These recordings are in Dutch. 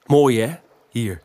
Mooi hè, hier.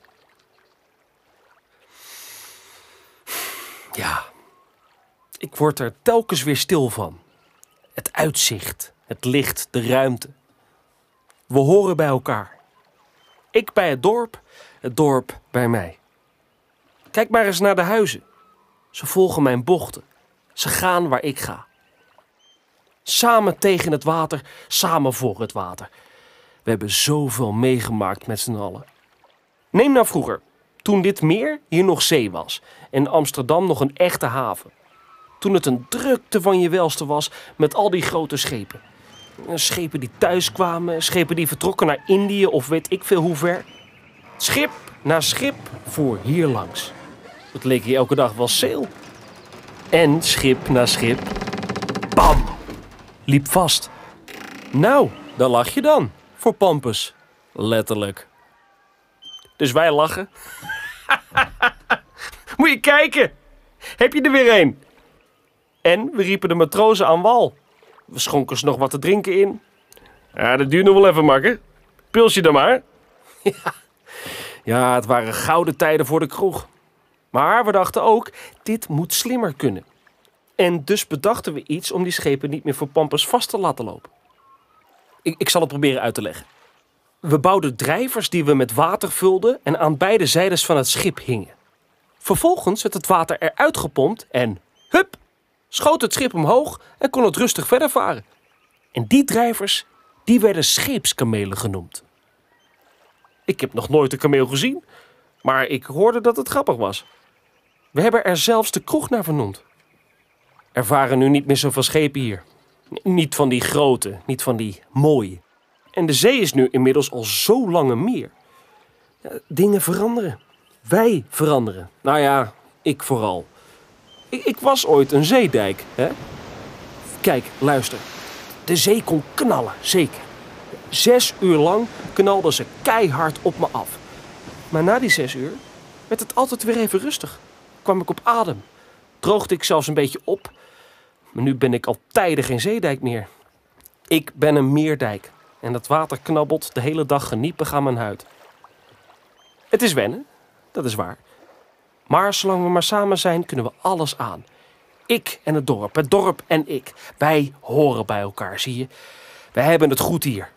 Ja, ik word er telkens weer stil van. Het uitzicht, het licht, de ruimte. We horen bij elkaar. Ik bij het dorp bij mij. Kijk maar eens naar de huizen. Ze volgen mijn bochten. Ze gaan waar ik ga. Samen tegen het water, samen voor het water. We hebben zoveel meegemaakt met z'n allen. Neem nou vroeger, toen dit meer hier nog zee was en Amsterdam nog een echte haven. Toen het een drukte van je welste was met al die grote schepen. Schepen die thuis kwamen, schepen die vertrokken naar Indië of weet ik veel hoe ver. Schip na schip voer hier langs. Het leek hier elke dag wel zeil. En schip na schip, bam, liep vast. Nou, daar lag je dan, voor Pampus. Letterlijk. Dus wij lachen. Moet je kijken, heb je er weer een? En we riepen de matrozen aan wal. We schonken ze nog wat te drinken in. Ja, dat duurt nog wel even, makker. Pilsje dan maar. Ja, het waren gouden tijden voor de kroeg. Maar we dachten ook, dit moet slimmer kunnen. En dus bedachten we iets om die schepen niet meer voor Pampus vast te laten lopen. Ik zal het proberen uit te leggen. We bouwden drijvers die we met water vulden en aan beide zijdes van het schip hingen. Vervolgens werd het water eruit gepompt en hup, schoot het schip omhoog en kon het rustig verder varen. En die drijvers, die werden scheepskamelen genoemd. Ik heb nog nooit een kameel gezien, maar ik hoorde dat het grappig was. We hebben er zelfs de kroeg naar vernoemd. Er varen nu niet meer zoveel schepen hier. Niet van die grote, niet van die mooie. En de zee is nu inmiddels al zo lang een meer. Ja, dingen veranderen. Wij veranderen. Nou ja, ik vooral. Ik was ooit een zeedijk, hè? Kijk, luister. De zee kon knallen, zeker. 6 uur lang knalde ze keihard op me af. Maar na die 6 uur werd het altijd weer even rustig. Kwam ik op adem. Droogde ik zelfs een beetje op. Maar nu ben ik al tijden geen zeedijk meer. Ik ben een meerdijk. En dat water knabbelt de hele dag geniepig aan mijn huid. Het is wennen, dat is waar. Maar zolang we maar samen zijn, kunnen we alles aan. Ik en het dorp en ik. Wij horen bij elkaar, zie je. Wij hebben het goed hier.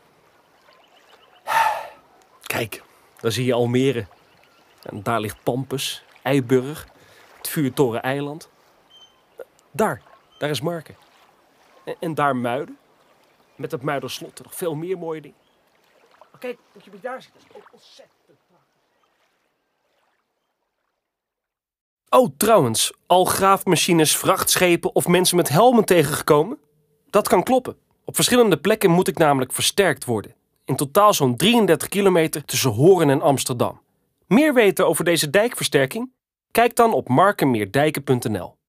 Kijk, daar zie je Almere. En daar ligt Pampus, Eiburg, het Vuurtoren-eiland. Daar is Marken. En daar Muiden. Met het Muiderslot en nog veel meer mooie dingen. Maar kijk, moet je me daar zitten. Dat is ook ontzettend prachtig. Oh, trouwens, al graafmachines, vrachtschepen of mensen met helmen tegengekomen? Dat kan kloppen. Op verschillende plekken moet ik namelijk versterkt worden. In totaal zo'n 33 kilometer tussen Hoorn en Amsterdam. Meer weten over deze dijkversterking? Kijk dan op markenmeerdijken.nl.